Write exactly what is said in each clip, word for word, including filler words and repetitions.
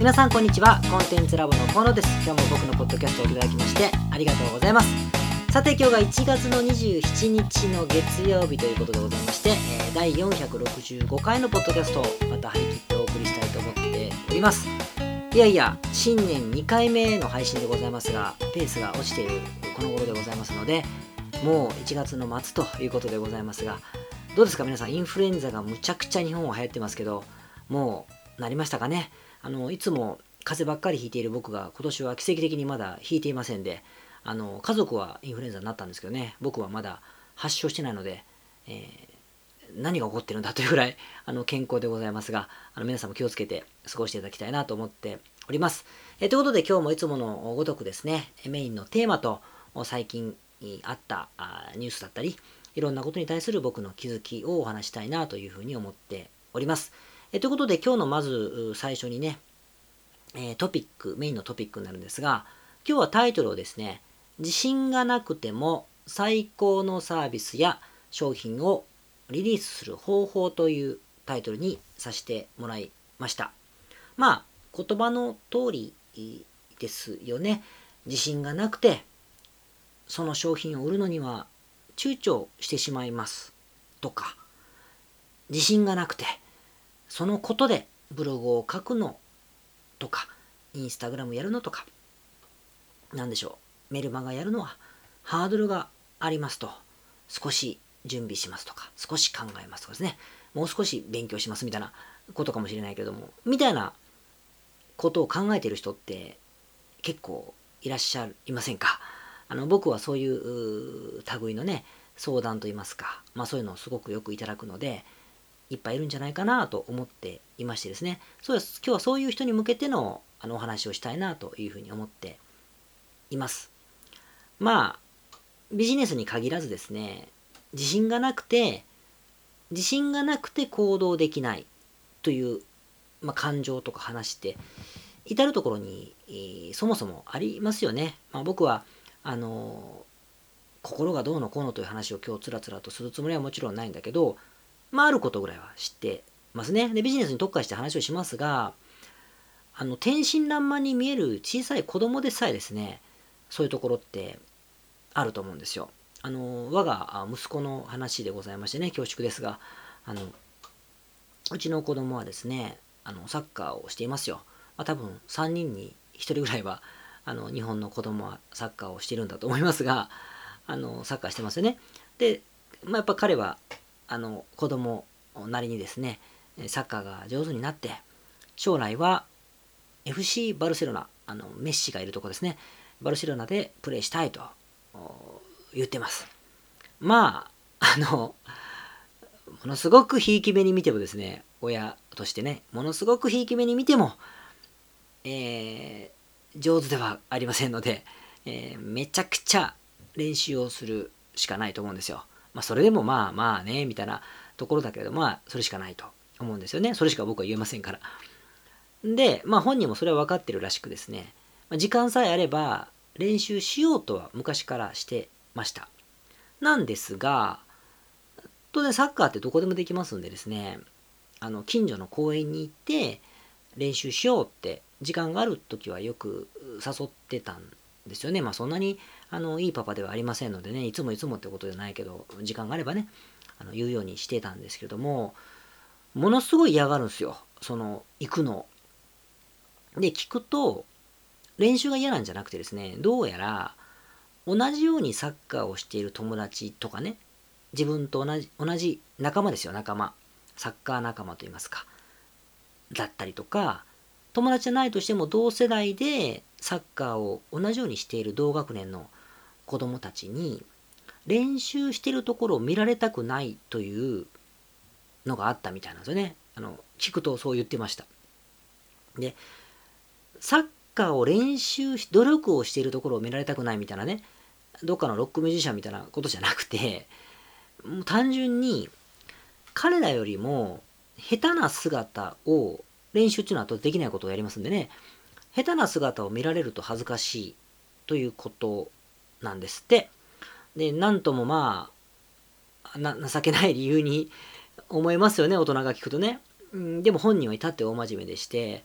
皆さんこんにちは。コンテンツラボの河野です。今日も僕のポッドキャストをいただきましてありがとうございます。さて今日がいちがつのにじゅうしちにちの月曜日ということでございまして、えー、だいよんひゃくろくじゅうごかいのポッドキャストをまた張り切ってお送りしたいと思っております。いやいや新年にかいめの配信でございますが、ペースが落ちているこの頃でございますので、もういちがつの末ということでございますが、どうですか皆さん。インフルエンザがむちゃくちゃ日本は流行ってますけど、もうなりましたかね。あのいつも風邪ばっかりひいている僕が今年は奇跡的にまだひいていませんで、あの家族はインフルエンザになったんですけどね、僕はまだ発症してないので、えー、何が起こってるんだというぐらいあの健康でございますが、あの皆さんも気をつけて過ごしていただきたいなと思っております。えー、ということで今日もいつものごとくですね、メインのテーマと最近あったニュースだったり、いろんなことに対する僕の気づきをお話したいなというふうに思っております。えー、ということで今日のまず最初にね、えー、トピック、メインのトピックになるんですが、今日はタイトルをですね、自信がなくても最高のサービスや商品をリリースする方法というタイトルにさせてもらいました。まあ言葉の通りですよね。自信がなくてその商品を売るのには躊躇してしまいますとか、自信がなくてそのことでブログを書くのとか、インスタグラムやるのとか、なんでしょう、メルマガやるのはハードルがありますと、少し準備しますとか、少し考えますとかですね、もう少し勉強しますみたいなことかもしれないけれども、みたいなことを考えている人って結構いらっしゃいませんか。あの僕はそういう類のね、相談といいますか、まあそういうのをすごくよくいただくので、いっぱいいるんじゃないかなと思っていましてですね、そうです。今日はそういう人に向けてのあのお話をしたいなというふうに思っています。まあビジネスに限らずですね、自信がなくて自信がなくて行動できないという、まあ、感情とか話って至るところに、えー、そもそもありますよね。まあ、僕はあのー、心がどうのこうのという話を今日つらつらとするつもりはもちろんないんだけど、まあ、あることぐらいは知ってますね。で、ビジネスに特化して話をしますが、あの天真爛漫に見える小さい子供でさえですね、そういうところってあると思うんですよ。あの我が息子の話でございましてね、恐縮ですが、あのうちの子供はですね、あのサッカーをしていますよ。まあ、多分さんにんにひとりぐらいはあの日本の子供はサッカーをしているんだと思いますが、あのサッカーしてますよね。で、まあ、やっぱ彼はあの子供なりにですね、サッカーが上手になって将来は エフシー バルセロナ、あのメッシがいるとこですね、バルセロナでプレーしたいと言ってます。まああのものすごくひいき目に見てもですね、親としてね、ものすごくひいき目に見ても、えー、上手ではありませんので、えー、めちゃくちゃ練習をするしかないと思うんですよ。まあそれでもまあまあねみたいなところだけれども、まあそれしかないと思うんですよね。それしか僕は言えませんから。で、まあ本人もそれは分かってるらしくですね、時間さえあれば練習しようとは昔からしてました。なんですが、当然サッカーってどこでもできますんでですね、あの近所の公園に行って練習しようって時間がある時はよく誘ってたんですよね。まあそんなにあのいいパパではありませんのでね、いつもいつもってことじゃないけど、時間があればね、あの言うようにしてたんですけども、ものすごい嫌がるんですよ、その行くの。で聞くと、練習が嫌なんじゃなくてですね、どうやら同じようにサッカーをしている友達とかね、自分と同じ同じ仲間ですよ、仲間、サッカー仲間といいますか、だったりとか、友達じゃないとしても同世代でサッカーを同じようにしている同学年の子供たちに練習しているところを見られたくないというのがあったみたいなんですよね。あの聞くとそう言ってました。で、サッカーを練習し努力をしているところを見られたくないみたいなね、どっかのロックミュージシャンみたいなことじゃなくて、もう単純に彼らよりも下手な姿を練習っていうのはできないことをやりますんでね、下手な姿を見られると恥ずかしいということなんですって。で、なんともまあな情けない理由に思いますよね、大人が聞くとね。うん、でも本人は至って大真面目でして、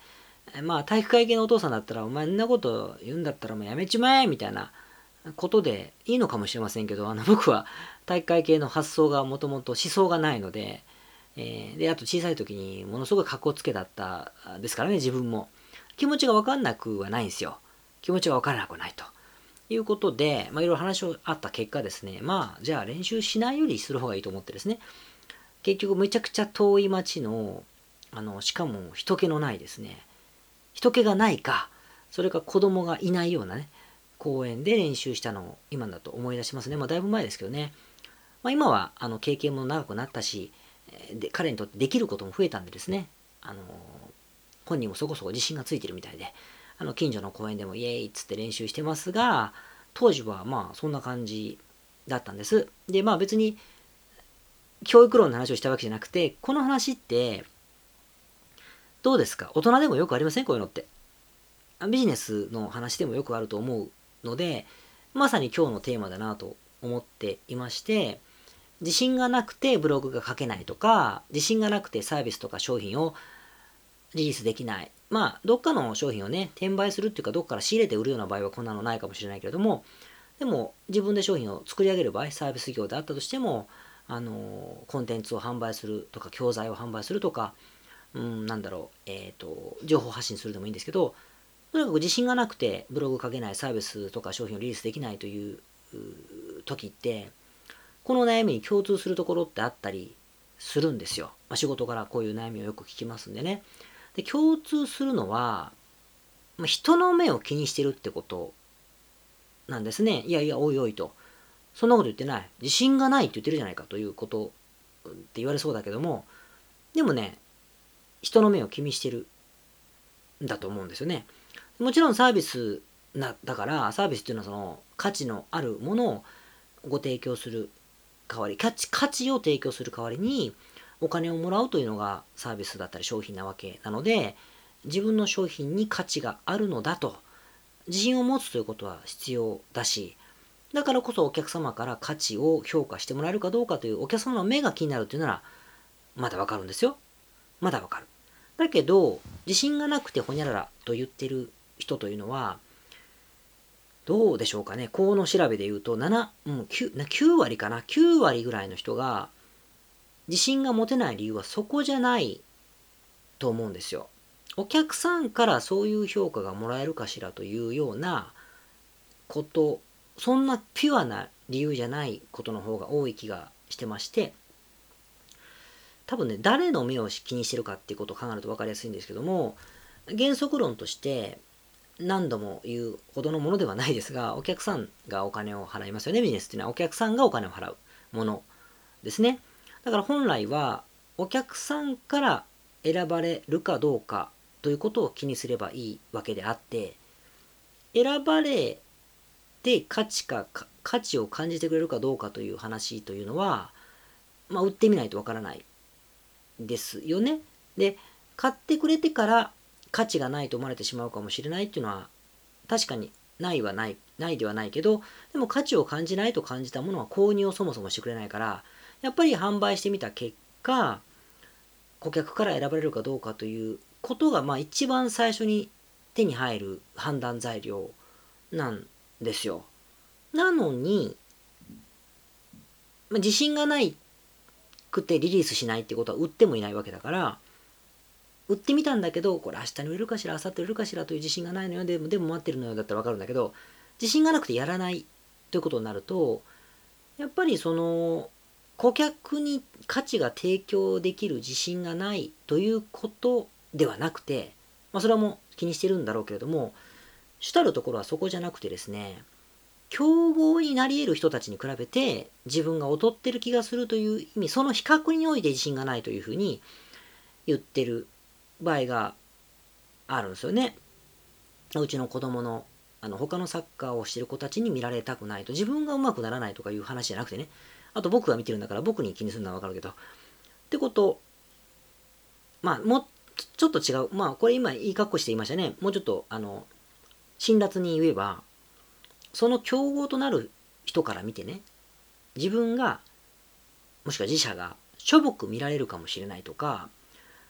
まあ体育会系のお父さんだったら、お前んなこと言うんだったらもうやめちまえみたいなことでいいのかもしれませんけど、あの僕は体育会系の発想がもともと思想がないので、えー、で、あと小さい時にものすごい格好つけだったですからね、自分も。気持ちが分かんなくはないんですよ。気持ちが分からなくないと。いうことで、まあいろいろ話しあった結果ですね、まあじゃあ練習しないよりする方がいいと思ってですね、結局めちゃくちゃ遠い町の、あの、しかも人気のないですね、人気がないか、それか子供がいないようなね、公園で練習したのを今だと思い出しますね。まあだいぶ前ですけどね。まあ今はあの経験も長くなったし、で彼にとってできることも増えたんでですね、あの本人もそこそこ自信がついてるみたいで、あの近所の公園でもイエーイっつって練習してますが、当時はまあそんな感じだったんです。で、まあ別に教育論の話をしたわけじゃなくて、この話ってどうですか？大人でもよくありません？こういうのって。ビジネスの話でもよくあると思うので、まさに今日のテーマだなと思っていまして、自信がなくてブログが書けないとか、自信がなくてサービスとか商品をリリースできない。まあ、どっかの商品をね、転売するっていうか、どっから仕入れて売るような場合はこんなのないかもしれないけれども、でも自分で商品を作り上げる場合、サービス業であったとしても、あのコンテンツを販売するとか、教材を販売するとか、うん、なんだろう、えっ、ー、と、情報発信するでもいいんですけど、とにかく自信がなくてブログ書けない、サービスとか商品をリリースできないという時って、この悩みに共通するところってあったりするんですよ。まあ、仕事からこういう悩みをよく聞きますんでね。で、共通するのは、まあ、人の目を気にしてるってことなんですね。いやいや、おいおいと。そんなこと言ってない。自信がないって言ってるじゃないかということって言われそうだけども、でもね、人の目を気にしてるんだと思うんですよね。もちろんサービスなだから、サービスっていうのはその価値のあるものをご提供する代わり、価値、価値を提供する代わりにお金をもらうというのがサービスだったり商品なわけなので、自分の商品に価値があるのだと自信を持つということは必要だし、だからこそお客様から価値を評価してもらえるかどうかというお客様の目が気になるというならまだわかるんですよ。まだわかる。だけど自信がなくてほにゃららと言ってる人というのはどうでしょうかね。この調べで言うとなな、うん、きゅう, きゅう割かな、きゅう割ぐらいの人が自信が持てない理由はそこじゃないと思うんですよ。お客さんからそういう評価がもらえるかしらというようなこと、そんなピュアな理由じゃないことの方が多い気がしてまして、多分ね、誰の目を気にしてるかっていうことを考えると分かりやすいんですけども、原則論として何度も言うほどのものではないですが、お客さんがお金を払いますよね。ビジネスっていうのはお客さんがお金を払うものですね。だから本来はお客さんから選ばれるかどうかということを気にすればいいわけであって、選ばれて価値か価値を感じてくれるかどうかという話というのは、まあ、売ってみないとわからないですよね。で、買ってくれてから価値がないと思われてしまうかもしれないっていうのは確かにないはない、ないではないけど、でも価値を感じないと感じたものは購入をそもそもしてくれないから、やっぱり販売してみた結果、顧客から選ばれるかどうかということが、まあ一番最初に手に入る判断材料なんですよ。なのに、まあ、自信がないくてリリースしないってことは売ってもいないわけだから、売ってみたんだけど、これ明日に売れるかしら、明後日売れるかしらという自信がないのよ、でもでも待ってるのよだったらわかるんだけど、自信がなくてやらないということになると、やっぱりその、顧客に価値が提供できる自信がないということではなくて、まあそれはもう気にしてるんだろうけれども、主たるところはそこじゃなくてですね、競合になり得る人たちに比べて自分が劣ってる気がするという意味、その比較において自信がないというふうに言ってる場合があるんですよね。うちの子供のあの他のサッカーをしてる子たちに見られたくないと、自分が上手くならないとかいう話じゃなくてね、あと僕が見てるんだから僕に気にするのはわかるけど、ってこと、まあもうちょっと違う、まあこれ今いい格好して言いましたね。もうちょっとあの辛辣に言えば、その競合となる人から見てね、自分がもしくは自社がしょぼく見られるかもしれないとか、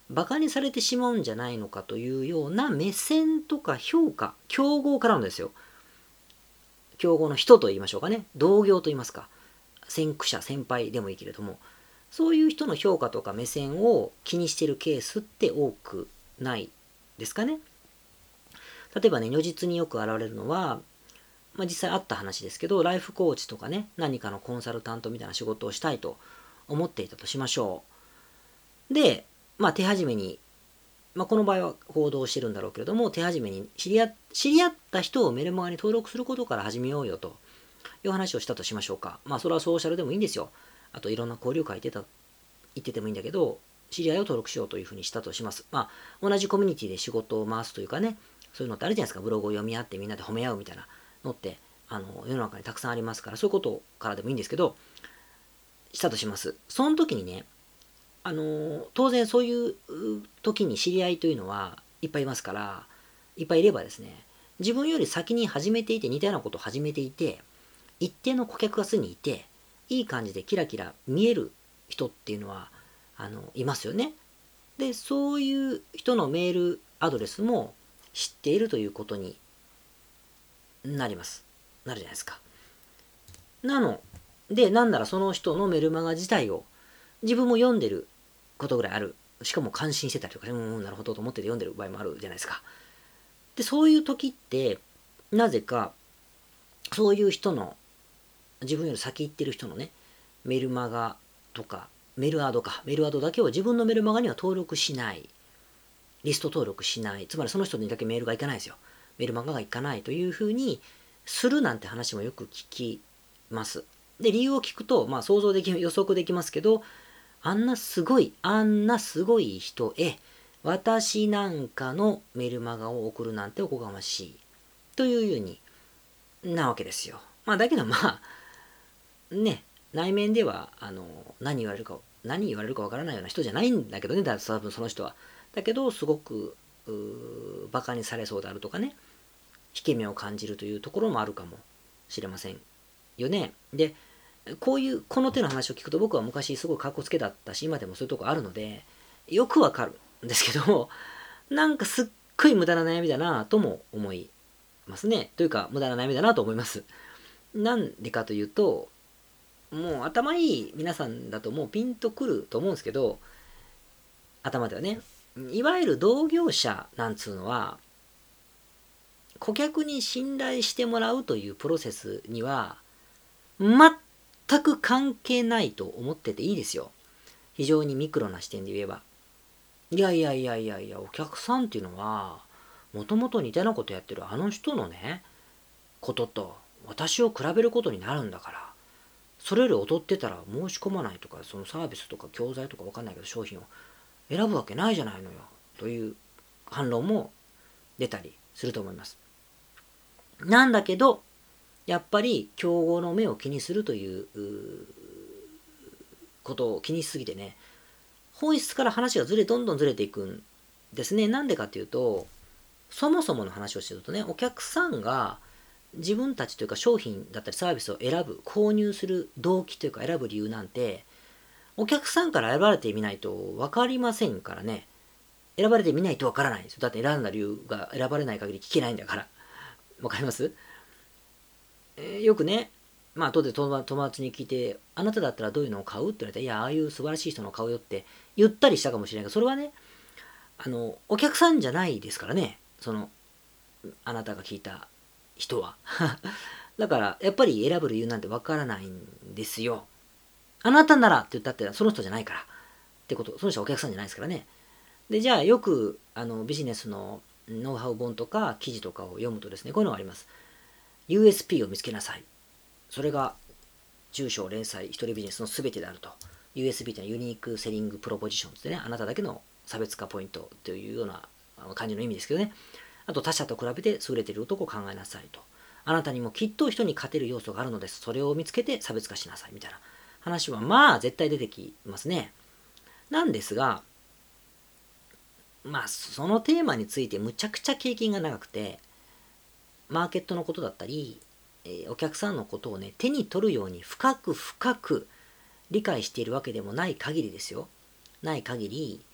バカにされてしまうんじゃないのかというような目線とか評価、競合からのですよ。競合の人と言いましょうかね。同業と言いますか。先駆者、先輩でもいいけれども、そういう人の評価とか目線を気にしているケースって多くないですかね。例えばね、如実によく現れるのは、まあ、実際あった話ですけど、ライフコーチとかね、何かのコンサルタントみたいな仕事をしたいと思っていたとしましょう。で、まあ、手始めに、まあ、この場合は行動してるんだろうけれども、手始めに知り合知り合った人をメルマガに登録することから始めようよという話をしたとしましょうか。まあ、それはソーシャルでもいいんですよ。あと、いろんな交流会行ってた、言っててもいいんだけど、知り合いを登録しようというふうにしたとします。まあ、同じコミュニティで仕事を回すというかね、そういうのってあるじゃないですか。ブログを読み合ってみんなで褒め合うみたいなのって、あの、世の中にたくさんありますから、そういうことからでもいいんですけど、したとします。その時にね、あの、当然そういう時に知り合いというのはいっぱいいますから、いっぱいいればですね、自分より先に始めていて、似たようなことを始めていて、一定の顧客がすでにいて、いい感じでキラキラ見える人っていうのは、あの、いますよね。で、そういう人のメールアドレスも知っているということになります。なるじゃないですか。なので、なんならその人のメルマガ自体を自分も読んでることぐらいある。しかも感心してたりとか、うん、なるほどと思ってて読んでる場合もあるじゃないですか。で、そういう時って、なぜか、そういう人の、自分より先行ってる人のね、メルマガとか、メルアドか、メルアドだけを自分のメルマガには登録しない。リスト登録しない。つまりその人にだけメールがいかないですよ。メルマガがいかないというふうにするなんて話もよく聞きます。で、理由を聞くと、まあ想像でき、予測できますけど、あんなすごい、あんなすごい人へ、私なんかのメルマガを送るなんておこがましい。というようになわけですよ。まあだけどまあ、ね、内面では、あの、何言われるか、何言われるかわからないような人じゃないんだけどね、だ多分その人は。だけど、すごく、バカにされそうであるとかね、引け目を感じるというところもあるかもしれませんよね。で、こういう、この手の話を聞くと僕は昔すごいカッコつけだったし、今でもそういうとこあるので、よくわかるんですけど、なんかすっごい無駄な悩みだなとも思いますね。というか、無駄な悩みだなと思います。なんでかというと、もう頭いい皆さんだともうピンとくると思うんですけど、頭ではね、いわゆる同業者なんつうのは、顧客に信頼してもらうというプロセスには、全く関係ないと思ってていいですよ。非常にミクロな視点で言えば。いやいやいやいやいや、お客さんっていうのは、もともと似たようなことやってるあの人のね、ことと私を比べることになるんだから、それより劣ってたら申し込まないとか、そのサービスとか教材とかわかんないけど商品を選ぶわけないじゃないのよ。という反論も出たりすると思います。なんだけど、やっぱり競合の目を気にするということを気にしすぎてね、本質から話がずれ、どんどんずれていくんですね。なんでかっていうと、そもそもの話をしてるとね、お客さんが自分たちというか商品だったりサービスを選ぶ、購入する動機というか選ぶ理由なんて、お客さんから選ばれてみないと分かりませんからね。選ばれてみないと分からないんですよ。だって選んだ理由が選ばれない限り聞けないんだから。わかります、えー、よくね、まあ後で友達に聞いて、あなただったらどういうのを買うって言われて、いや、ああいう素晴らしい人のを買うよって言ったりしたかもしれないけど、それはね、あの、お客さんじゃないですからね。その、あなたが聞いた人は。だから、やっぱり選ぶ理由なんてわからないんですよ。あなたならって言ったってその人じゃないから。ってこと、その人はお客さんじゃないですからね。で、じゃあよくあのビジネスのノウハウ本とか記事とかを読むとですね、こういうのがあります。ユーエスピー を見つけなさい。それが中小零細一人ビジネスの全てであると。ユーエスピー というのはユニークセリングプロポジションってね、あなただけの差別化ポイントというような感じの意味ですけどね。あと他者と比べて優れている男を考えなさいと。あなたにもきっと人に勝てる要素があるのです。それを見つけて差別化しなさいみたいな話はまあ絶対出てきますね。なんですが、まあそのテーマについてむちゃくちゃ経験が長くて、マーケットのことだったり、えー、お客さんのことをね、手に取るように深く深く理解しているわけでもない限りですよ。ない限り、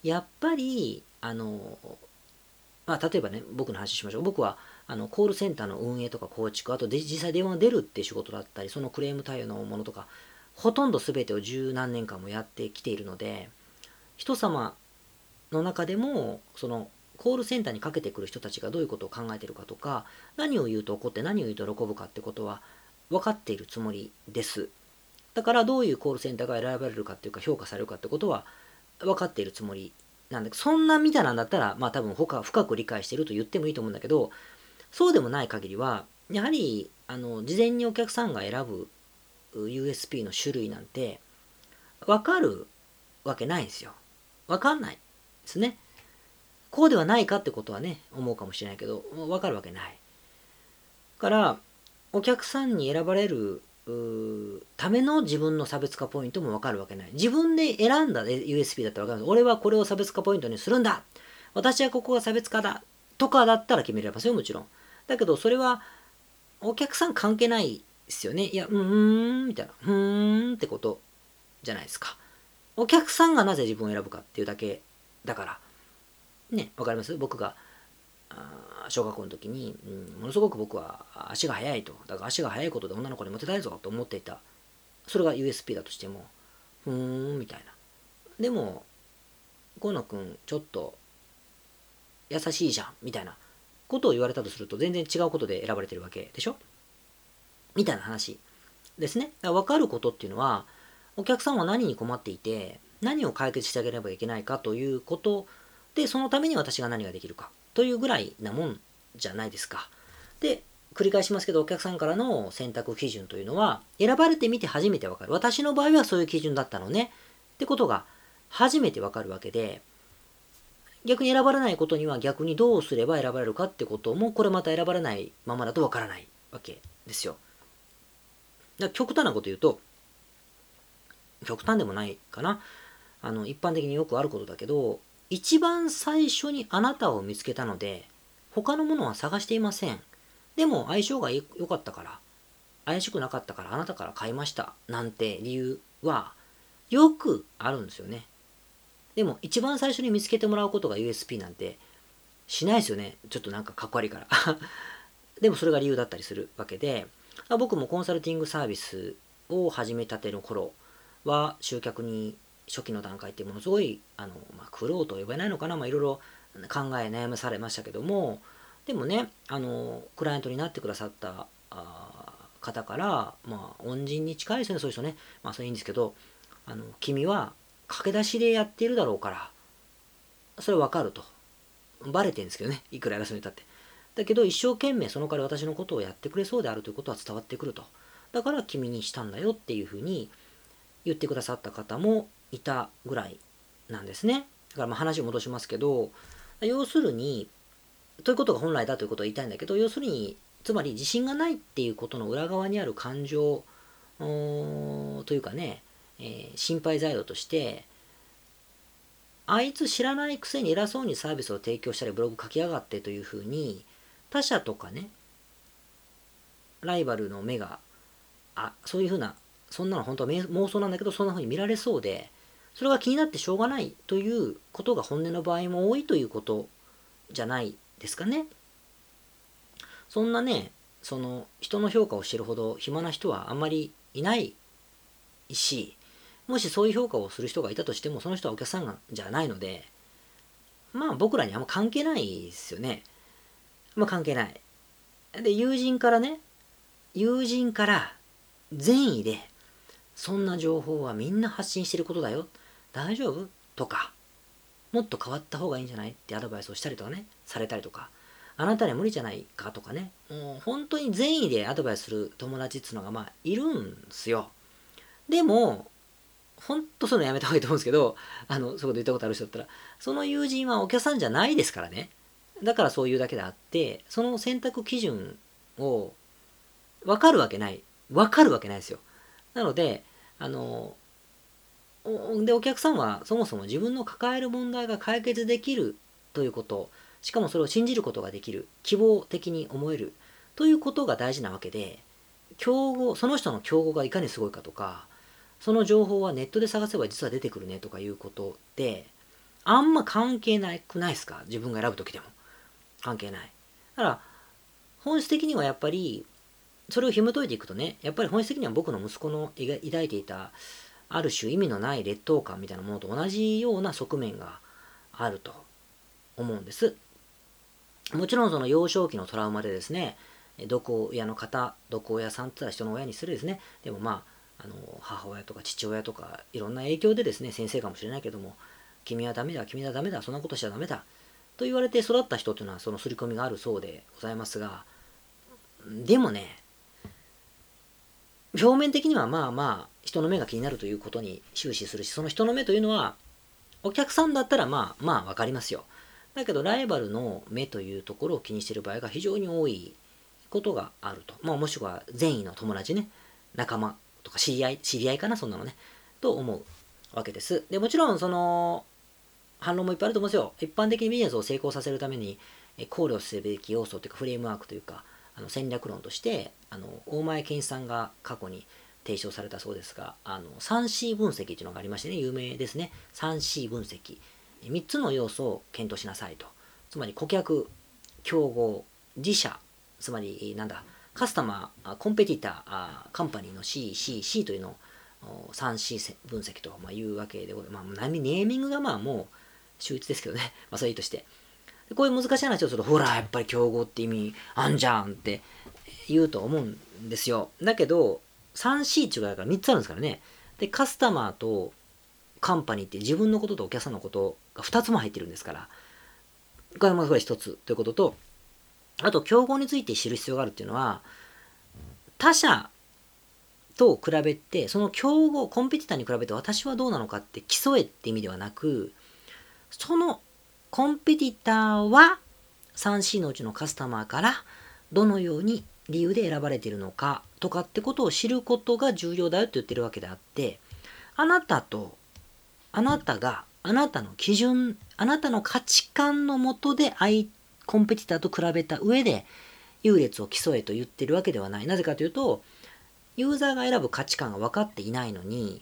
やっぱりあのまあ例えばね、僕の話しましょう。僕はあのコールセンターの運営とか構築、あとで実際電話が出るっていう仕事だったり、そのクレーム対応のものとか、ほとんど全てを十何年間もやってきているので、人様の中でもそのコールセンターにかけてくる人たちがどういうことを考えているかとか、何を言うと怒って何を言うと喜ぶかってことは分かっているつもりです。だからどういうコールセンターが選ばれるかっていうか評価されるかってことは分かっているつもりなんだけど、そんなみたいなんだったらまあ多分他深く理解していると言ってもいいと思うんだけど、そうでもない限りはやはりあの事前にお客さんが選ぶ ユーエスピー の種類なんて分かるわけないんですよ。分かんないですね。こうではないかってことはね、思うかもしれないけど、分かるわけない。から、お客さんに選ばれるための自分の差別化ポイントも分かるわけない。自分で選んだ ユーエスピー だったら分かるんです。俺はこれを差別化ポイントにするんだ、私はここが差別化だとかだったら決めれますよ、もちろん。だけど、それはお客さん関係ないですよね。いや、うーん、みたいな。うーんってことじゃないですか。お客さんがなぜ自分を選ぶかっていうだけだから。ね、わかります？僕が小学校の時に、うん、ものすごく僕は足が速いと。だから足が速いことで女の子にモテたいぞと思っていた。それが ユーエスピー だとしても、ふーん、みたいな。でも、河野くん、ちょっと優しいじゃん、みたいなことを言われたとすると、全然違うことで選ばれてるわけでしょみたいな話ですね。だから分かることっていうのは、お客さんは何に困っていて、何を解決してあげればいけないかということで、そのために私が何ができるかというぐらいなもんじゃないですか。で、繰り返しますけど、お客さんからの選択基準というのは、選ばれてみて初めてわかる。私の場合はそういう基準だったのね。ってことが初めてわかるわけで、逆に選ばれないことには逆にどうすれば選ばれるかってことも、これまた選ばれないままだとわからないわけですよ。だから極端なこと言うと、極端でもないかな。あの、一般的によくあることだけど、一番最初にあなたを見つけたので、他のものは探していません。でも相性が良かったから、怪しくなかったからあなたから買いました。なんて理由は、よくあるんですよね。でも一番最初に見つけてもらうことが ユーエスピー なんてしないですよね。ちょっとなんかかっこ悪いから。でもそれが理由だったりするわけで、僕もコンサルティングサービスを始めたての頃は集客に初期の段階ってものすごいあの、まあ、苦労と呼べないのかな、まあ、いろいろ考え悩まされましたけども、でもね、あのクライアントになってくださった方から、まあ、恩人に近いですね、そういう人ね。まあ、それいいんですけど、あの君は駆け出しでやっているだろうから、それわかると。バレてるんですけどね、いくら偉そうに言ったって。だけど、一生懸命その代わり私のことをやってくれそうであるということは伝わってくると。だから君にしたんだよっていうふうに言ってくださった方もいたぐらいなんですね。だからまあ話を戻しますけど、要するに、ということが本来だということを言いたいんだけど、要するに、つまり自信がないっていうことの裏側にある感情というかね、えー、心配材料として、あいつ知らないくせに偉そうにサービスを提供したりブログ書きやがってというふうに、他者とかね、ライバルの目が、あ、そういうふうな、そんなの本当は妄想なんだけど、そんなふうに見られそうで、それが気になってしょうがないということが本音の場合も多いということじゃないですかね。そんなね、その人の評価をしてるほど暇な人はあんまりいないし、もしそういう評価をする人がいたとしても、その人はお客さんじゃないので、まあ僕らにあんま関係ないですよね。まあ関係ない。で、友人からね、友人から善意で、そんな情報はみんな発信してることだよ。大丈夫とか、もっと変わった方がいいんじゃないってアドバイスをしたりとかね、されたりとか、あなたには無理じゃないかとかね、もう本当に善意でアドバイスする友達っていうのがまあいるんですよ。でも、ほんとそういうのやめた方がいいと思うんですけど、あの、そういうこと言ったことある人だったら、その友人はお客さんじゃないですからね。だからそういうだけであって、その選択基準を分かるわけない。分かるわけないですよ。なので、あの、で、お客さんはそもそも自分の抱える問題が解決できるということ、しかもそれを信じることができる、希望的に思えるということが大事なわけで、競合、その人の競合がいかにすごいかとか、その情報はネットで探せば実は出てくるねとかいうことで、 あんま関係なくないですか？自分が選ぶ時でも関係ない。だから本質的にはやっぱりそれを紐解いていくとね、やっぱり本質的には僕の息子の抱いていたある種意味のない劣等感みたいなものと同じような側面があると思うんです。もちろんその幼少期のトラウマでですね、毒親の方、毒親さんって言ったら人の親にするですね、でもまあ、あの母親とか父親とかいろんな影響でですね、先生かもしれないけども、君はダメだ、君はダメだ、そんなことしちゃダメだと言われて育った人っていうのはその刷り込みがあるそうでございますが、でもね、表面的にはまあまあ人の目が気になるということに終始するし、その人の目というのはお客さんだったらまあまあわかりますよ。だけどライバルの目というところを気にしている場合が非常に多いことがあると。まあもしくは善意の友達ね、仲間とか知り合い、知り合いかな、そんなのね、と思うわけです。で、もちろんその反論もいっぱいあると思うんですよ。一般的にビジネスを成功させるために考慮するべき要素というかフレームワークというか、あの戦略論としてあの大前健一さんが過去に提唱されたそうですが、あの スリーシー 分析というのがありましてね、有名ですね。 スリーシー 分析、みっつの要素を検討しなさいと。つまり顧客、競合、自社、つまりなんだカスタマー、コンペティター、カンパニーの シーシーシー というのを スリーシー 分析というわけで、まあ、ネーミングがまあもう秀逸ですけどね、まあ、それいいとして、こういう難しい話をすると、ほらやっぱり競合って意味あんじゃんって言うと思うんですよ。だけど スリーシー っていうかみっつあるんですからね。でカスタマーとカンパニーって自分のこととお客さんのことがふたつも入ってるんですから、これもこれひとつということと、あと競合について知る必要があるっていうのは、他社と比べてその競合コンペティターに比べて私はどうなのかって競えって意味ではなく、そのコンペティターは スリーシー のうちのカスタマーからどのように理由で選ばれているのかとかってことを知ることが重要だよって言ってるわけであって、あなたとあなたがあなたの基準、あなたの価値観のもとで相コンペティターと比べた上で優劣を競えと言ってるわけではない。なぜかというと、ユーザーが選ぶ価値観が分かっていないのに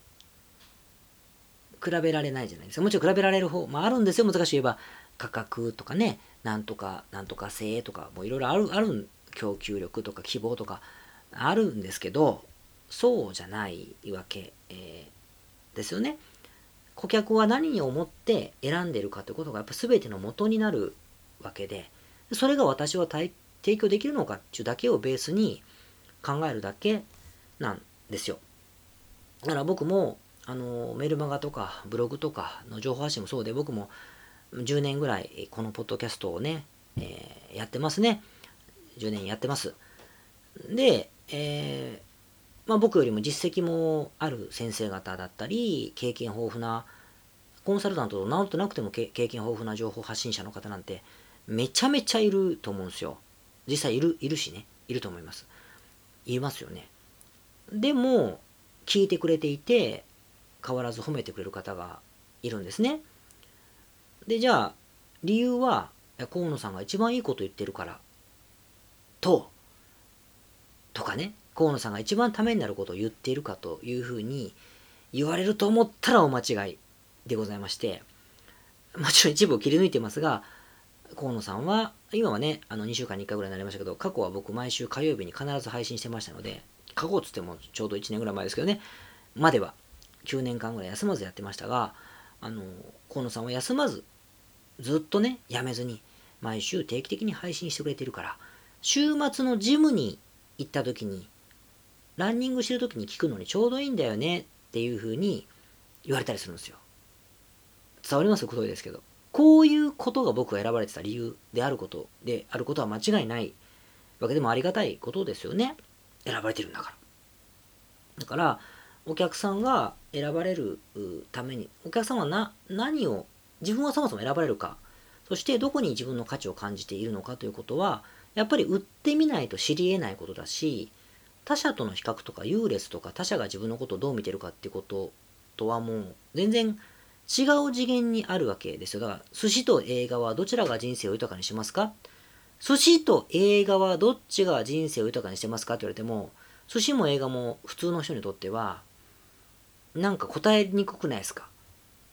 比べられないじゃないですか。もちろん比べられる方もあるんですよ。難しく言えば価格とかね、なんとかなんとか性とかもいろいろあるある供給力とか希望とかあるんですけど、そうじゃないわけ、えー、ですよね。顧客は何を思って選んでいるかということがやっぱ全ての元になるわけで、それが私は提供できるのかっていうだけをベースに考えるだけなんですよ。だから僕もあのメルマガとかブログとかの情報発信もそうで、僕もじゅうねんぐらいこのポッドキャストをね、えー、やってますね。じゅうねんやってます。で、えーまあ、僕よりも実績もある先生方だったり、経験豊富なコンサルタントと名乗ってなくても経験豊富な情報発信者の方なんてめちゃめちゃいると思うんですよ。実際いる、いるしね、いると思います。いますよね。でも、聞いてくれていて、変わらず褒めてくれる方がいるんですね。で、じゃあ、理由は、河野さんが一番いいこと言ってるから、と、とかね、河野さんが一番ためになることを言っているかというふうに言われると思ったらお間違いでございまして、もちろん一部を切り抜いてますが、河野さんは、今はね、あのにしゅうかんにいっかいぐらいになりましたけど、過去は僕毎週火曜日に必ず配信してましたので、過去っつってもちょうどいちねんぐらい前ですけどね、まではきゅうねんかんぐらい休まずやってましたが、あの河野さんは休まず、ずっとね、やめずに、毎週定期的に配信してくれてるから、週末のジムに行った時に、ランニングしてる時に聞くのにちょうどいいんだよねっていう風に言われたりするんですよ。伝わりますことですけど。こういうことが僕が選ばれてた理由であることであることは間違いないわけでもありがたいことですよね。選ばれてるんだから。だから、お客さんが選ばれるために、お客さんはな何を、自分はそもそも選ばれるか、そしてどこに自分の価値を感じているのかということは、やっぱり売ってみないと知り得ないことだし、他者との比較とか優劣とか他者が自分のことをどう見てるかっていうこととはもう全然違う次元にあるわけですよ。だから寿司と映画はどちらが人生を豊かにしますか？寿司と映画はどっちが人生を豊かにしてますかって言われても、寿司も映画も普通の人にとってはなんか答えにくくないですか？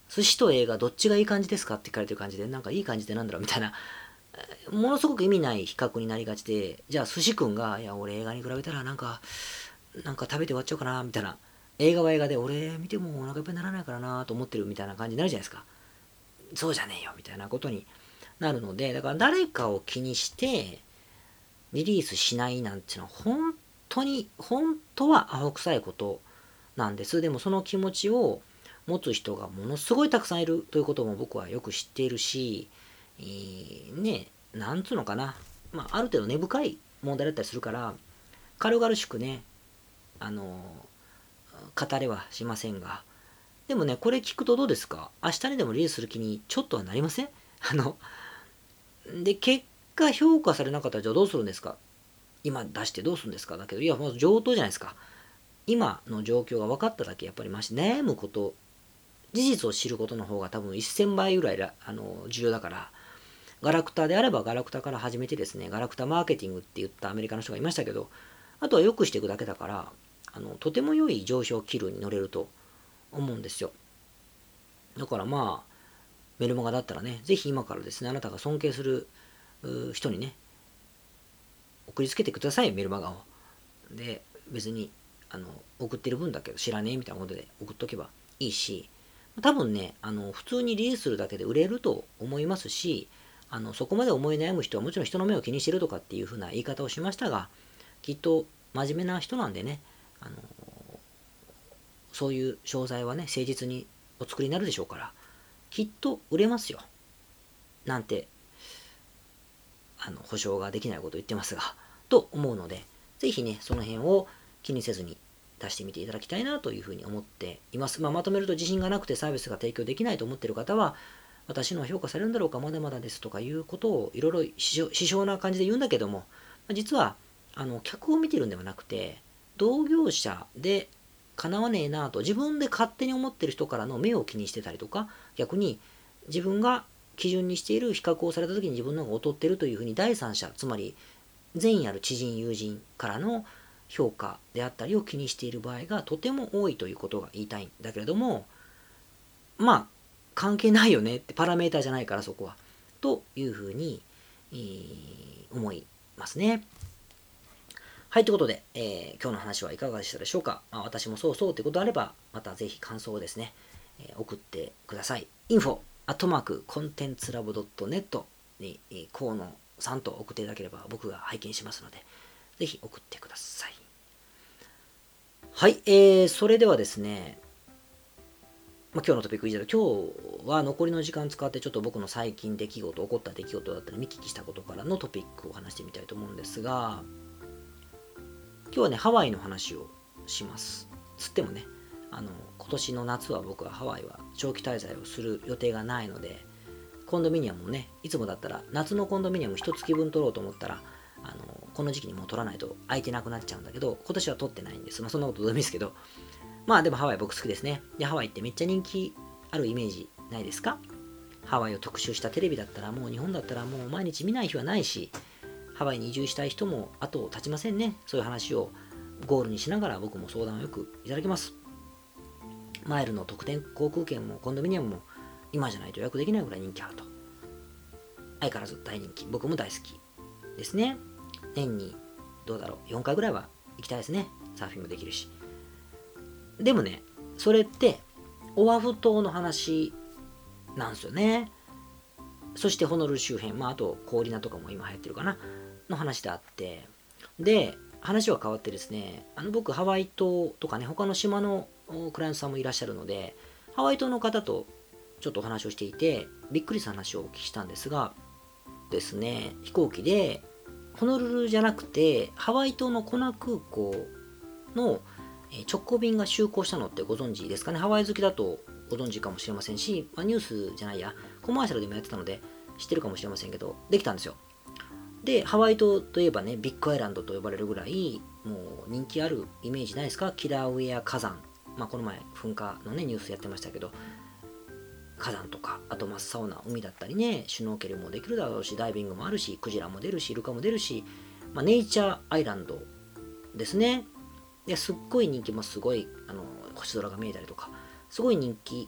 寿司と映画どっちがいい感じですかって聞かれてる感じで、なんかいい感じでなんだろうみたいな、ものすごく意味ない比較になりがちで、じゃあ寿司くんが、いや俺映画に比べたらなんか、なんか食べて終わっちゃうかなみたいな、映画は映画で俺見てもお腹いっぱいにならないからなと思ってるみたいな感じになるじゃないですか。そうじゃねえよみたいなことになるので、だから誰かを気にしてリリースしないなんていうのは本当に、本当はアホ臭いことなんです。でもその気持ちを持つ人がものすごいたくさんいるということも僕はよく知っているし、えー、ね、なんつうのかな、まあ、ある程度根深い問題だったりするから、軽々しくね、あのー、語れはしませんが、でもね、これ聞くとどうですか？明日にでもリリースする気にちょっとはなりません？あの、で、結果評価されなかったらじゃあどうするんですか？今出してどうするんですか？だけど、いや、もう上等じゃないですか。今の状況が分かっただけ、やっぱりまし、悩むこと、事実を知ることの方が多分せんばいぐらいあの重要だから、ガラクタであればガラクタから始めてですね、ガラクタマーケティングって言ったアメリカの人がいましたけど、あとは良くしていくだけだから、あのとても良い上昇気流に乗れると思うんですよ。だからまあ、メルマガだったらね、ぜひ今からですね、あなたが尊敬する人にね、送りつけてください、メルマガを。で、別に、あの、送ってる分だけど知らねえみたいなことで送っとけばいいし、多分ね、あの、普通にリリースするだけで売れると思いますし、あの、そこまで思い悩む人はもちろん人の目を気にしてるとかっていう風な言い方をしましたが、きっと真面目な人なんでね、あの、そういう商材はね、誠実にお作りになるでしょうから、きっと売れますよ。なんて、あの、保証ができないことを言ってますが、と思うので、ぜひね、その辺を気にせずに出してみていただきたいなというふうに思っています。まあ、まとめると自信がなくてサービスが提供できないと思っている方は、私の評価されるんだろうか、まだまだですとかいうことをいろいろ支障な感じで言うんだけども、実は、あの、客を見てるんではなくて、同業者で叶わねえなと自分で勝手に思ってる人からの目を気にしてたりとか、逆に自分が基準にしている比較をされた時に自分の方が劣ってるというふうに第三者、つまり善意ある知人友人からの評価であったりを気にしている場合がとても多いということが言いたいんだけれども、まあ関係ないよねって、パラメーターじゃないからそこはというふうに、えー、思いますね。はい、ということで、えー、今日の話はいかがでしたでしょうか。まあ、私もそうそうということであれば、またぜひ感想をですね、えー、送ってください。インフォアットマークコンテンツラボドットネットに河野さんと送っていただければ僕が拝見しますので、ぜひ送ってください。はい、えー、それではですね、まあ、今日のトピック以上で、今日は残りの時間使ってちょっと僕の最近出来事、起こった出来事だったり見聞きしたことからのトピックを話してみたいと思うんですが、今日はね、ハワイの話をします。つってもね、あの、今年の夏は僕はハワイは長期滞在をする予定がないので、コンドミニアムもね、いつもだったら夏のコンドミニアム一月分取ろうと思ったら、あの、この時期にもう取らないと空いてなくなっちゃうんだけど、今年は取ってないんです。まあそんなことどうでもいいですけど、まあでもハワイ僕好きですね。で、ハワイってめっちゃ人気あるイメージないですか？ハワイを特集したテレビだったらもう日本だったらもう毎日見ない日はないし、ハワイに移住したい人も後を絶ちませんね。そういう話をゴールにしながら僕も相談をよくいただきます。マイルの特典航空券もコンドミニアムも今じゃないと予約できないぐらい人気あると。相変わらず大人気。僕も大好きですね。年にどうだろう、よんかいぐらいは行きたいですね。サーフィンもできるし。でもね、それってオアフ島の話なんですよね。そしてホノルル周辺、まああとコーリナとかも今流行ってるかなの話であって、で、話は変わってですね、あの僕ハワイ島とかね、他の島のクライアントさんもいらっしゃるので、ハワイ島の方とちょっとお話をしていて、びっくりした話をお聞きしたんですが、ですね、飛行機でホノルルじゃなくてハワイ島のコナ空港の直行便が就航したのってご存知ですかね。ハワイ好きだとご存知かもしれませんし、まあ、ニュースじゃないや、コマーシャルでもやってたので知ってるかもしれませんけど、できたんですよ。で、ハワイ島といえばね、ビッグアイランドと呼ばれるぐらい、もう人気あるイメージないですか？キラウェア火山。まあ、この前、噴火のね、ニュースやってましたけど、火山とか、あと真っ青な海だったりね、シュノーケルもできるだろうし、ダイビングもあるし、クジラも出るし、イルカも出るし、まあ、ネイチャーアイランドですね。ですっごい人気もすごい、あの、星空が見えたりとか、すごい人気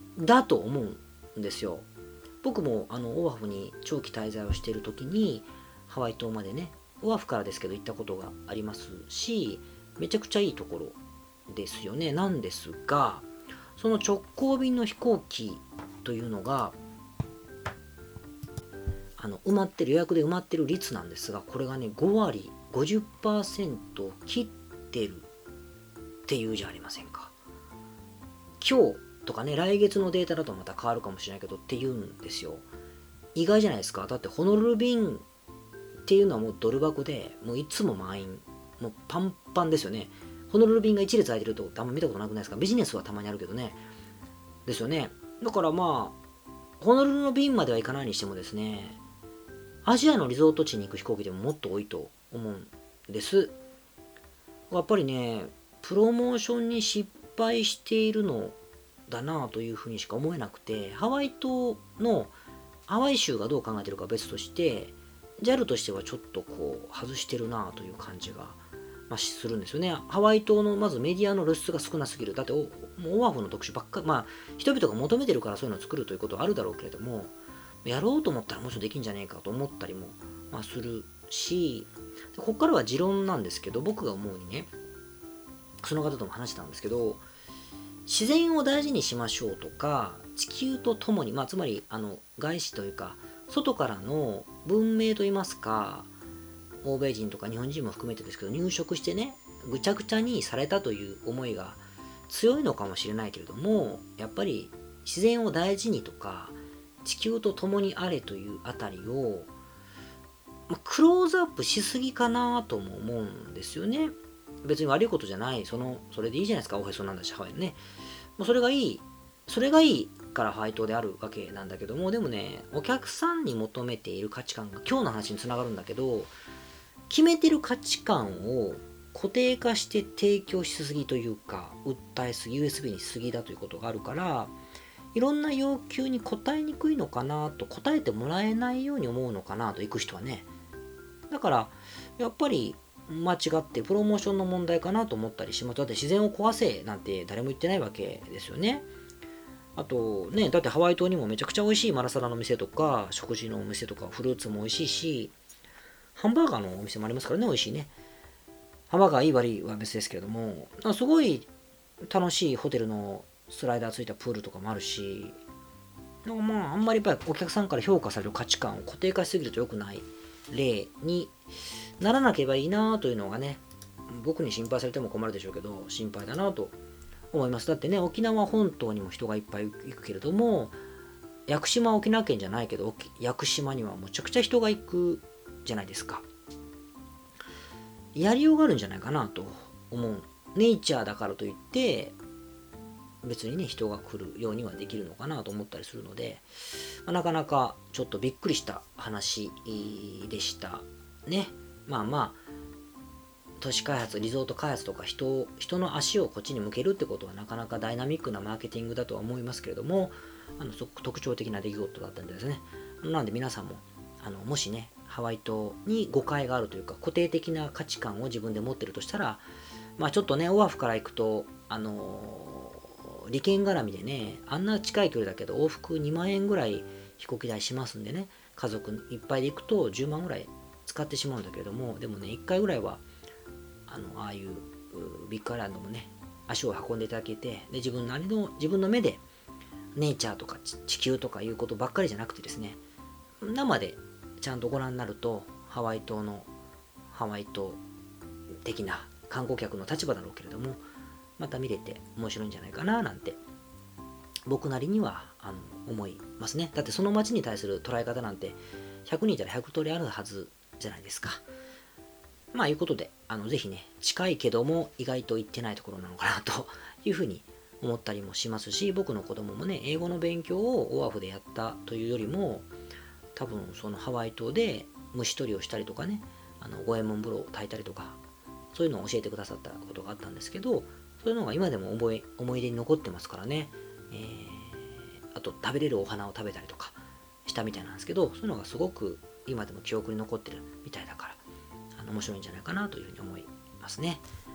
だと思うんですよ。僕もあのオアフに長期滞在をしている時にハワイ島までね、オアフからですけど行ったことがありますし、めちゃくちゃいいところですよね。なんですが、その直行便の飛行機というのがあの埋まってる予約で埋まってる率なんですが、これがねごわり ごじゅっパーセント を切ってるっていうじゃありませんか。今日とかね、来月のデータだとまた変わるかもしれないけどって言うんですよ。意外じゃないですか。だってホノルル便っていうのはもうドル箱で、もういつも満員、もうパンパンですよね。ホノルル便が一列空いてるとあんま見たことなくないですか。ビジネスはたまにあるけどね。ですよね。だからまあ、ホノルルの便までは行かないにしてもですね、アジアのリゾート地に行く飛行機でももっと多いと思うんです。やっぱりね、プロモーションに失敗しているのだなというふうにしか思えなくて、ハワイ島のハワイ州がどう考えてるかは別として、ジャル としてはちょっとこう外してるなという感じが、まあ、するんですよね。ハワイ島のまずメディアの露出が少なすぎる。だっておもうオアフの特集ばっかり、まあ人々が求めてるからそういうのを作るということはあるだろうけれども、やろうと思ったらもうちょっとできんじゃねえかと思ったりも、まあ、するし、ここからは持論なんですけど、僕が思うにね、その方とも話したんですけど、自然を大事にしましょうとか、地球とともに、まあ、つまりあの外資というか外からの文明といいますか、欧米人とか日本人も含めてですけど、入植してね、ぐちゃぐちゃにされたという思いが強いのかもしれないけれども、やっぱり自然を大事にとか地球と共にあれというあたりを、まあ、クローズアップしすぎかなとも思うんですよね。別に悪いことじゃない、そのそれでいいじゃないですか。おへそなんだしハワイのね、もうそれがいい、それがいいからハワイ島であるわけなんだけども、でもね、お客さんに求めている価値観が今日の話につながるんだけど、決めてる価値観を固定化して提供しすぎというか、訴えすぎ、ユーエスビー にしすぎだということがあるから、いろんな要求に応えにくいのかなと、応えてもらえないように思うのかなと、行く人はね。だから、やっぱり間違ってプロモーションの問題かなと思ったりします。だって自然を壊せなんて誰も言ってないわけですよね。あとね、だってハワイ島にもめちゃくちゃ美味しいマラサダの店とか、食事のお店とか、フルーツも美味しいし、ハンバーガーのお店もありますからね、美味しいね。ハンバーガーいい悪いは別ですけれども、すごい楽しいホテルのスライダーついたプールとかもあるし、なんかまあ、あんまりやっぱりお客さんから評価される価値観を固定化しすぎると良くない例にならなければいいなというのがね、僕に心配されても困るでしょうけど、心配だなと思います。だってね、沖縄本島にも人がいっぱい行くけれども、屋久島は沖縄県じゃないけど、屋久島にはむちゃくちゃ人が行くじゃないですか。やりようがあるんじゃないかなと思う。ネイチャーだからといって別にね、人が来るようにはできるのかなと思ったりするので、まあ、なかなかちょっとびっくりした話でしたね。まあまあ、都市開発、リゾート開発とか人人の足をこっちに向けるってことはなかなかダイナミックなマーケティングだとは思いますけれども、あのすごく特徴的な出来事だったんですね。なので皆さんもあのもしね、ハワイ島に誤解があるというか固定的な価値観を自分で持ってるとしたら、まあちょっとね、オアフから行くとあのー、利権絡みでね、あんな近い距離だけど往復にまんえんぐらい飛行機代しますんでね、家族いっぱいで行くとじゅうまんぐらい使ってしまうんだけれども、でもね、いっかいぐらいはあのああいうビッグアイランドもね、足を運んでいただけて、で自分なりの自分の目でネイチャーとか地球とかいうことばっかりじゃなくてですね、生でちゃんとご覧になると、ハワイ島のハワイ島的な観光客の立場だろうけれども、また見れて面白いんじゃないかななんて僕なりにはあの思いますね。だってその街に対する捉え方なんてひゃくにんいたらひゃく通りあるはずじゃないですか。まあいうことで、あのぜひね、近いけども意外と行ってないところなのかなというふうに思ったりもしますし、僕の子供もね、英語の勉強をオアフでやったというよりも、多分そのハワイ島で虫取りをしたりとかね、あの五右衛門風呂を炊いたりとか、そういうのを教えてくださったことがあったんですけど、そういうのが今でも思い思い出に残ってますからね、えー、あと食べれるお花を食べたりとかしたみたいなんですけど、そういうのがすごく今でも記憶に残ってるみたいだから、あの面白いんじゃないかなというふうに思いますね。はい。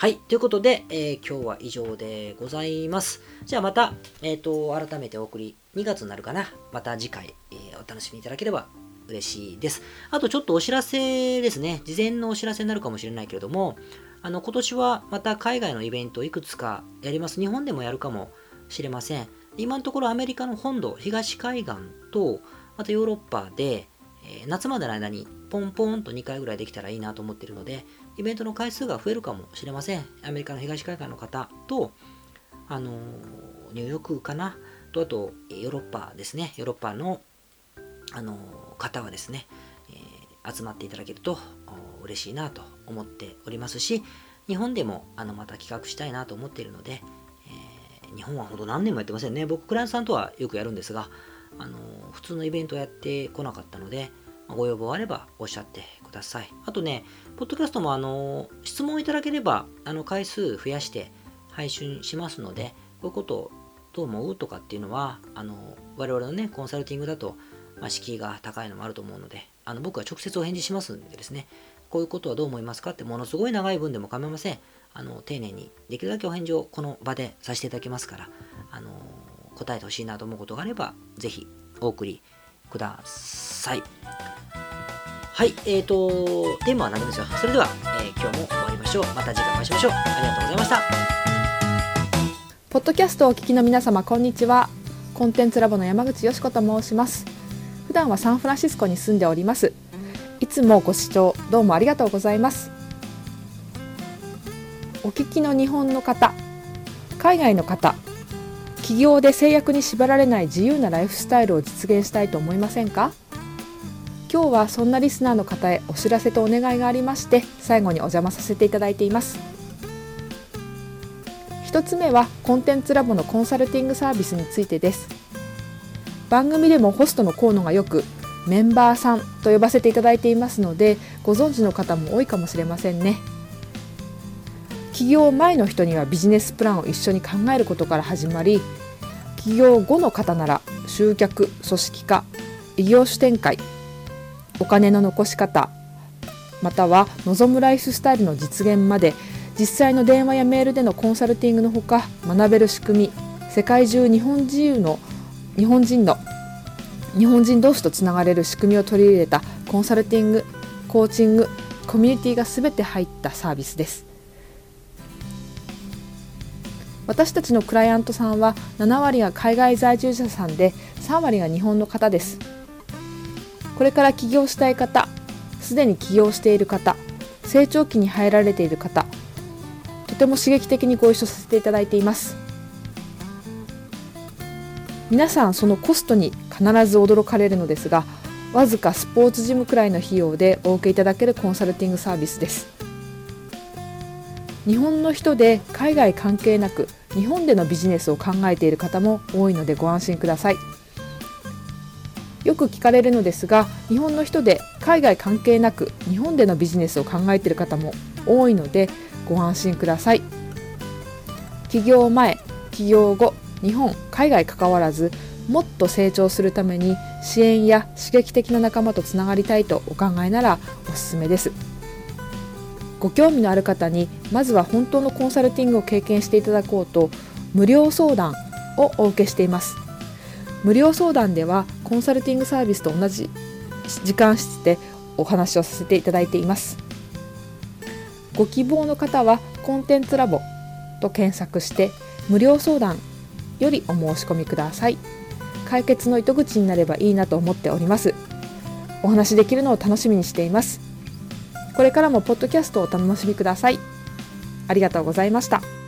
はい。ということで、えー今日は以上でございます。じゃあまた、えっ、と、改めてお送り、にがつになるかな。また次回、えーお楽しみいただければ嬉しいです。あとちょっとお知らせですね。事前のお知らせになるかもしれないけれども、あの、今年はまた海外のイベントをいくつかやります。日本でもやるかもしれません。今のところアメリカの本土、東海岸と、またヨーロッパで、えー夏までの間にポンポンとにかいぐらいできたらいいなと思っているので、イベントの回数が増えるかもしれません。アメリカの東海岸の方と、あのーニューヨークかなと、あと、ヨーロッパですね。ヨーロッパの、あのー方はですね、えー集まっていただけるとお嬉しいなと思っておりますし、日本でもあのまた企画したいなと思っているので、えー日本はほんと何年もやってませんね。僕、クライアントさんとはよくやるんですが、あのー普通のイベントをやってこなかったので、まあご要望あればおっしゃってください。あとね、ポッドキャストもあの質問いただければ、あの回数増やして配信しますので、こういうことどう思うとかっていうのは、あの我々のね、コンサルティングだと、まあ、敷居が高いのもあると思うので、あの僕は直接お返事しますんでですね、こういうことはどう思いますかって、ものすごい長い文でも構いません。あの丁寧にできるだけお返事をこの場でさせていただきますから、あの答えてほしいなと思うことがあれば、ぜひお送りください。はい、えーと、テーマは何でもいいですよ。それでは、えー今日も終わりましょう。また次回お会いしましょう。ありがとうございました。 ポッドキャストをお聞きの皆様、こんにちは。コンテンツラボの山口よし子と申します。普段はサンフランシスコに住んでおります。いつもご視聴どうもありがとうございます。お聞きの日本の方、海外の方、企業で制約に縛られない自由なライフスタイルを実現したいと思いませんか？今日はそんなリスナーの方へお知らせとお願いがありまして、最後にお邪魔させていただいています。一つ目はコンテンツラボのコンサルティングサービスについてです。番組でもホストの河野がよくメンバーさんと呼ばせていただいていますので、ご存知の方も多いかもしれませんね。起業前の人にはビジネスプランを一緒に考えることから始まり、起業後の方なら集客、組織化、異業種展開、お金の残し方、または望むライフスタイルの実現まで、実際の電話やメールでのコンサルティングのほか、学べる仕組み、世界中日本人の日本人の日本人同士とつながれる仕組みを取り入れたコンサルティング、コーチング、コミュニティがすべて入ったサービスです。私たちのクライアントさんはななわりが海外在住者さんで、さんわりが日本の方です。これから起業したい方、すでに起業している方、成長期に入られている方、とても刺激的にご一緒させていただいています。皆さんそのコストに必ず驚かれるのですが、わずかスポーツジムくらいの費用でお受けいただけるコンサルティングサービスです。日本の人で海外関係なく日本でのビジネスを考えている方も多いのでご安心ください。よく聞かれるのですが、日本の人で海外関係なく日本でのビジネスを考えている方も多いのでご安心ください。起業前、起業後、日本、海外関わらず、もっと成長するために支援や刺激的な仲間とつながりたいとお考えならおすすめです。ご興味のある方にまずは本当のコンサルティングを経験していただこうと、無料相談をお受けしています。無料相談ではコンサルティングサービスと同じ時間室でお話をさせていただいています。ご希望の方はコンテンツラボと検索して無料相談よりお申し込みください。解決の糸口になればいいなと思っております。お話できるのを楽しみにしています。これからもポッドキャストをお楽しみください。ありがとうございました。